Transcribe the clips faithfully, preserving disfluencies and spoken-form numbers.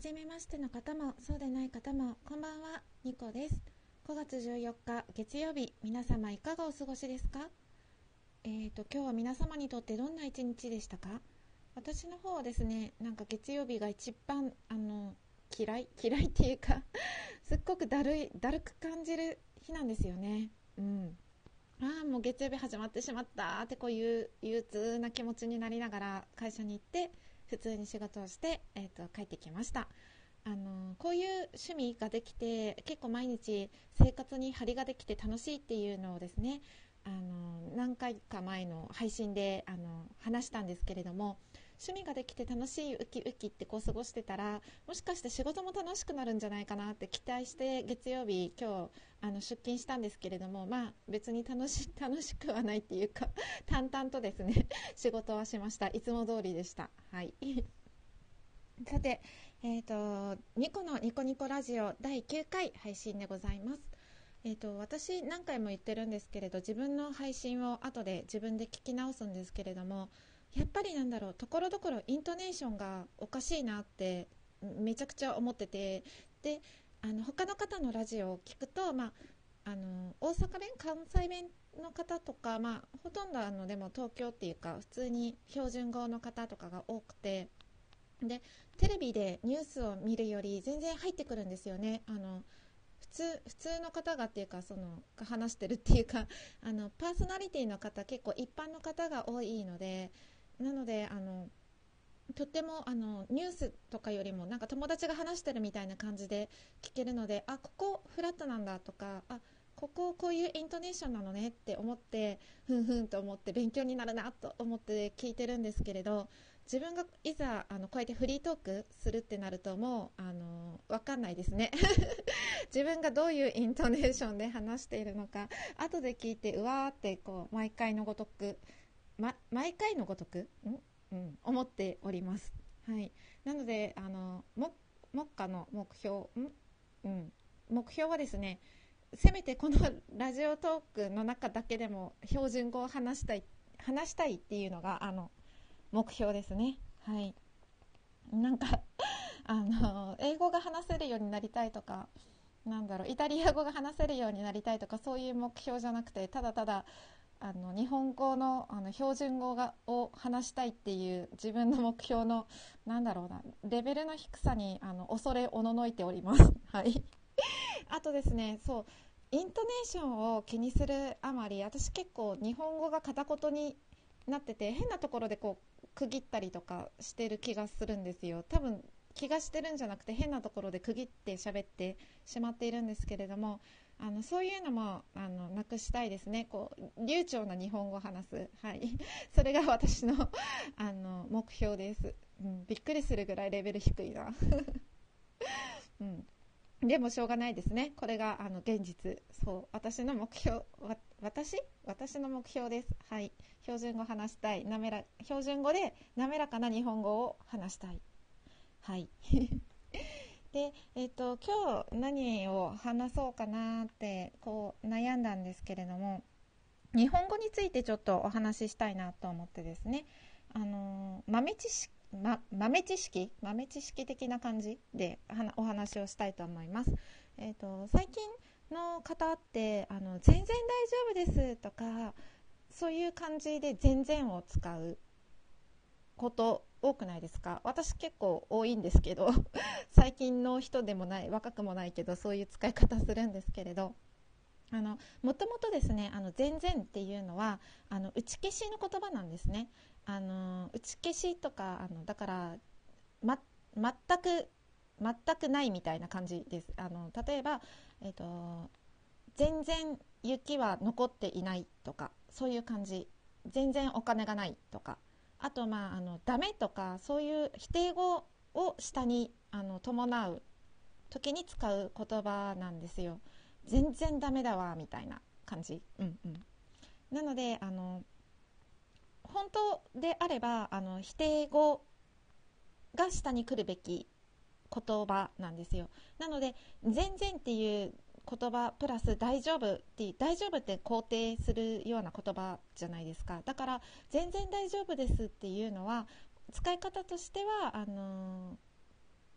じめましての方もそうでない方もこんばんは、ニコです。ごがつじゅうよっか月曜日、皆様いかがお過ごしですか？えーと今日は皆様にとってどんな一日でしたか？私の方はですね、なんか月曜日が一番あの嫌い嫌いっていうかすっごくだるいだるく感じる日なんですよね。うんああもう月曜日始まってしまったってこういう憂鬱な気持ちになりながら会社に行って普通に仕事をして、えー、と帰ってきました。あのこういう趣味ができて結構毎日生活に張りができて楽しいっていうのをですね、あの何回か前の配信であの話したんですけれども、趣味ができて楽しいウキウキってこう過ごしてたら、もしかして仕事も楽しくなるんじゃないかなって期待して月曜日今日あの出勤したんですけれども、まあ別に楽し楽しくはないっていうか淡々とですね仕事はしました。いつも通りでした。はいさて、えーと、ニコのニコニコラジオだいきゅうかい配信でございます。えーと、私何回も言ってるんですけれど、自分の配信を後で自分で聞き直すんですけれども、やっぱりなんだろう、ところどころイントネーションがおかしいなってめちゃくちゃ思ってて、であの他の方のラジオを聞くと、まあ、あの大阪弁関西弁の方とか、まあ、ほとんどあのでも東京っていうか普通に標準語の方とかが多くて、でテレビでニュースを見るより全然入ってくるんですよね。あの普通普通の方がっていうか、そのが話してるっていうか、あのパーソナリティの方結構一般の方が多いので、なのであのとってもあのニュースとかよりもなんか友達が話してるみたいな感じで聞けるので、あここフラットなんだとか、あこここういうイントネーションなのねって思って、ふんふんと思って勉強になるなと思って聞いてるんですけれど、自分がいざあのこうやってフリートークするってなるともうあの分かんないですね自分がどういうイントネーションで話しているのか後で聞いて、うわーってこう毎回のごとく、ま、毎回のごとくんうん、思っております。はい、なのであの目目下の目標ん、うん、目標はですね、せめてこのラジオトークの中だけでも標準語を話したい話したいっていうのがあの目標ですね。はい、なんかあの英語が話せるようになりたいとか、なんだろうイタリア語が話せるようになりたいとか、そういう目標じゃなくて、ただただあの日本語の、あの標準語がを話したいっていう自分の目標の、なんだろうな、レベルの低さにあの恐れおののいております。はいあとですね、そうイントネーションを気にするあまり、私結構日本語が片言になってて、変なところでこう区切ったりとかしてる気がするんですよ。多分気がしてるんじゃなくて、変なところで区切って喋ってしまっているんですけれども、あのそういうのもあのなくしたいですね。こう流暢な日本語を話す、はい、それが私のあの目標です、うん、びっくりするぐらいレベル低いな、うんでもしょうがないですね。これがあの現実。そう私の目標わ私私の目標です。はい、標準語話したい、なめら標準語で滑らかな日本語を話したい。はいで、えっと今日何を話そうかなってこう悩んだんですけれども、日本語についてちょっとお話ししたいなと思ってですね、あの豆知識ま、豆知識豆知識的な感じでお話をしたいと思います。えーと、最近の方ってあの全然大丈夫ですとか、そういう感じで全然を使うこと多くないですか？私結構多いんですけど最近の人でもない若くもないけど、そういう使い方するんですけれど、あのもともとですね、あの全然っていうのはあの打ち消しの言葉なんですね。あの打ち消しとか、あのだから、ま、全く全くないみたいな感じです。あの例えば、えーと、全然雪は残っていないとか、そういう感じ。全然お金がないとか、あと、まあ、あのダメとか、そういう否定語を下にあの伴う時に使う言葉なんですよ。全然ダメだわみたいな感じ、うんうん、なのであの本当であればあの否定語が下に来るべき言葉なんですよ。なので全然っていう言葉プラス大丈夫って大丈夫って肯定するような言葉じゃないですか。だから全然大丈夫ですっていうのは使い方としてはあの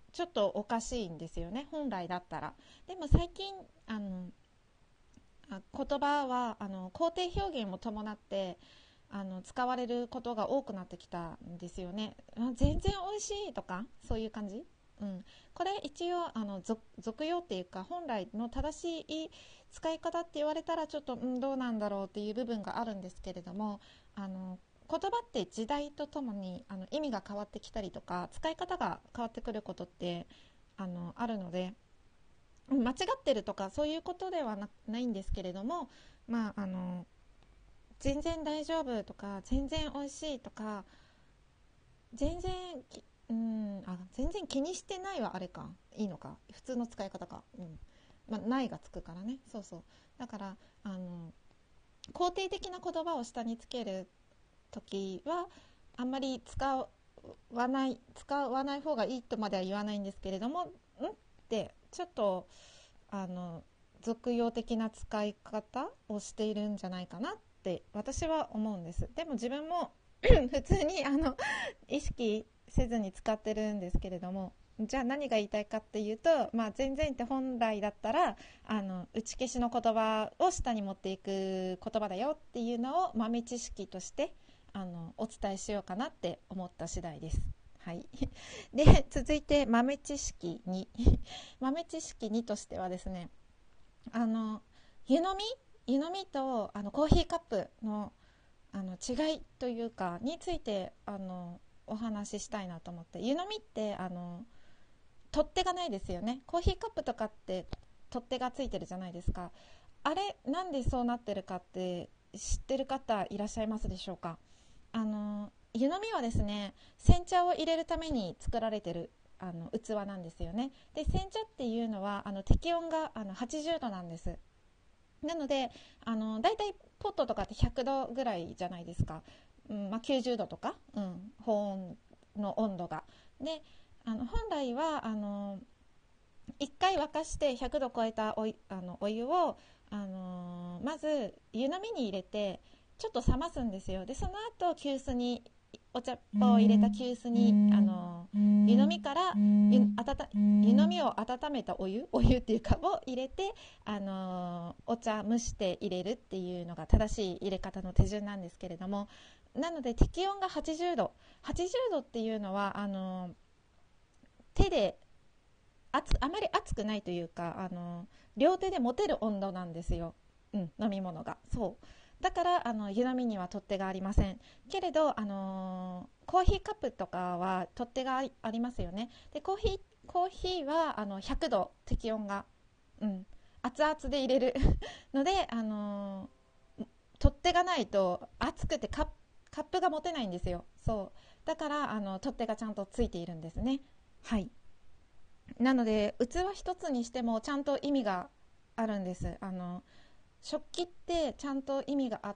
ちょっとおかしいんですよね、本来だったら。でも最近あのあ言葉はあの肯定表現も伴ってあの使われることが多くなってきたんですよね。あ、全然美味しいとかそういう感じ、うん、これ一応あの俗俗用っていうか本来の正しい使い方って言われたらちょっと、うん、どうなんだろうっていう部分があるんですけれども、あの言葉って時代とともにあの意味が変わってきたりとか使い方が変わってくることってあのあるので、間違ってるとかそういうことでは な, ないんですけれども、まああの全然大丈夫とか全然美味しいとか全然きうんあ全然気にしてないはあれかいいのか普通の使い方か、うんまあ、ないがつくからね。そうそう、だからあの肯定的な言葉を下につけるときはあんまり使わない使わない方がいいとまでは言わないんですけれども、んってちょっとあの俗用的な使い方をしているんじゃないかなって私は思うんです。でも自分も普通にあの意識せずに使ってるんですけれども、じゃあ何が言いたいかっていうと、まあ、全然って本来だったらあの打ち消しの言葉を下に持っていく言葉だよっていうのを豆知識としてあのお伝えしようかなって思った次第です。はい、で続いて豆知識に豆知識にとしてはですね、あの湯飲み湯飲みとあのコーヒーカップのあの違いというかについてあのお話ししたいなと思って。湯飲みってあの取っ手がないですよね。コーヒーカップとかって取っ手がついてるじゃないですか。あれなんでそうなってるかって知ってる方いらっしゃいますでしょうか。あの湯飲みはですね、煎茶を入れるために作られてるあの器なんですよね。で煎茶っていうのはあの適温があのはちじゅうどなんです。なのであのだいたいポットとかってひゃくどぐらいじゃないですか、うんまあ、きゅうじゅうどとか、うん、保温の温度が。であの本来はあのいっかい沸かしてひゃくど超えたおいあのお湯を、あのーまず湯飲みに入れてちょっと冷ますんですよ。でその後急須にお茶っ葉を入れた急須に、あのー湯飲みから湯あたた湯飲みを温めたお湯お湯っていうかを入れて、あのーお茶蒸して入れるっていうのが正しい入れ方の手順なんですけれども、なので適温がはちじゅうどはちじゅうどっていうのはあのー手で熱あまり熱くないというか、あの両手で持てる温度なんですよ、うん、飲み物が。そうだからあの湯飲みには取っ手がありませんけれど、あのーコーヒーカップとかは取っ手がありますよね。でコーヒーコーヒーはあのひゃくど適温が、うん、熱々で入れるので、あのー取っ手がないと熱くてカップカップが持てないんですよ。そうだからあの取っ手がちゃんとついているんですね。はい、なので器一つにしてもちゃんと意味があるんです。あの食器ってちゃんと意味があって、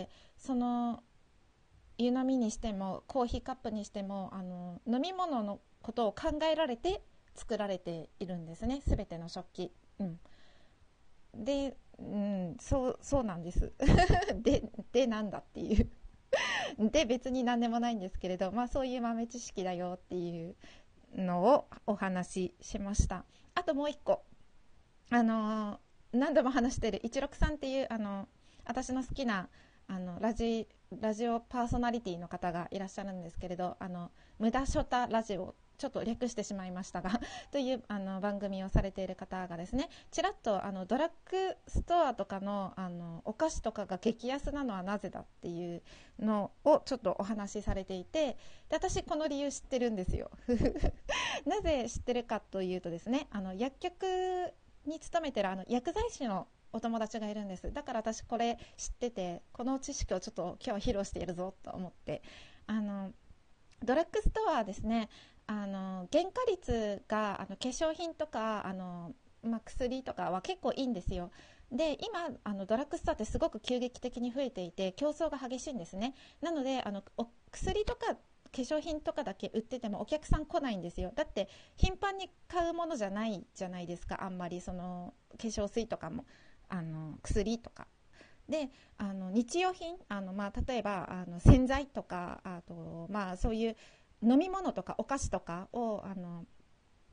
その湯飲みにしてもコーヒーカップにしてもあの飲み物のことを考えられて作られているんですね、すべての食器、うん、で、うん、そうそうなんですででなんだっていうで別に何でもないんですけれど、まあ、そういう豆知識だよっていうのをお話ししました。あともう一個、あのー何度も話しているいちろくさんっていう、あのー私の好きなあのラジラジオパーソナリティの方がいらっしゃるんですけれど、あの無駄ショタラジオ、ちょっと略してしまいましたがというあの番組をされている方がですね、ちらっとあのドラッグストアとか の, あのお菓子とかが激安なのはなぜだっていうのをちょっとお話しされていて、で私この理由知ってるんですよなぜ知ってるかというとですね、あの薬局に勤めてるあの薬剤師のお友達がいるんです。だから私これ知ってて、この知識をちょっと今日は披露しているぞと思って、あのドラッグストアですね、あの原価率があの化粧品とかあの、まあ、薬とかは結構いいんですよ。で今あのドラッグストアってすごく急激的に増えていて競争が激しいんですね。なのであのお薬とか化粧品とかだけ売っててもお客さん来ないんですよ。だって頻繁に買うものじゃないじゃないですか、あんまりその化粧水とかもあの薬とかで、あの日用品、あの、まあ、例えばあの洗剤とか、あと、まあ、そういう飲み物とかお菓子とかをあの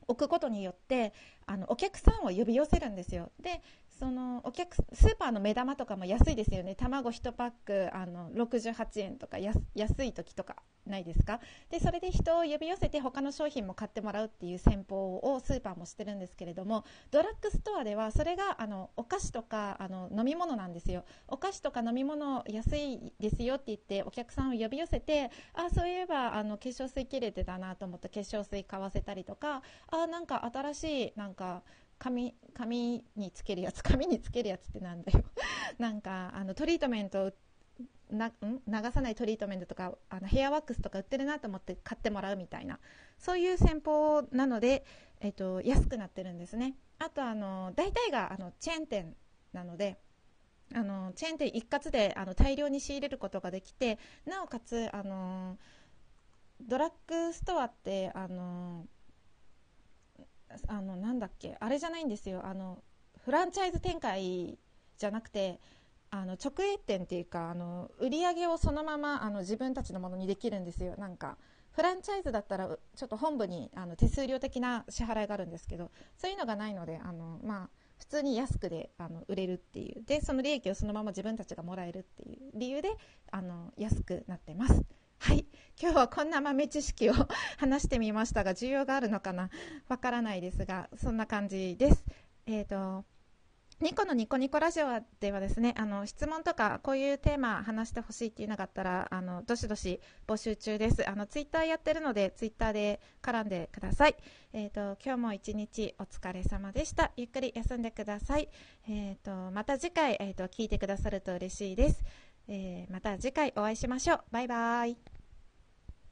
置くことによってあのお客さんを呼び寄せるんですよ。でそのお客スーパーの目玉とかも安いですよね。卵いちパックあのろくじゅうはちえんとか、安安い時とかないですか。でそれで人を呼び寄せて他の商品も買ってもらうっていう戦法をスーパーもしてるんですけれども、ドラッグストアではそれがあのお菓子とかあの飲み物なんですよ。お菓子とか飲み物安いですよって言ってお客さんを呼び寄せて、あそういえばあの化粧水切れてたなと思って化粧水買わせたりとか、あなんか新しいなんか髪, 髪につけるやつ髪につけるやつってなんだよなんかあのトリートメントな、ん流さないトリートメントとかあのヘアワックスとか売ってるなと思って買ってもらうみたいな、そういう戦法なので、えっと、安くなってるんですね。あとあの大体があのチェーン店なので、あのチェーン店一括であの大量に仕入れることができて、なおかつあのドラッグストアってあのあのなんだっけあれじゃないんですよ。あのフランチャイズ展開じゃなくて、あの直営店っていうか、あの売り上げをそのままあの自分たちのものにできるんですよ。なんかフランチャイズだったらちょっと本部にあの手数料的な支払いがあるんですけど、そういうのがないので、あのまあ普通に安くであの売れるっていう、でその利益をそのまま自分たちがもらえるっていう理由であの安くなってます。はい、今日はこんな豆知識を話してみましたが、需要があるのかなわからないですが、そんな感じです。えーとニコのニコニコラジオではですね、あの質問とかこういうテーマ話してほしいっていうのがあったら、あのどしどし募集中です。あのツイッターやってるのでツイッターで絡んでください。えーと今日も一日お疲れ様でした。ゆっくり休んでください。えーとまた次回、えーと聞いてくださると嬉しいです。えーまた次回お会いしましょう。バイバイ。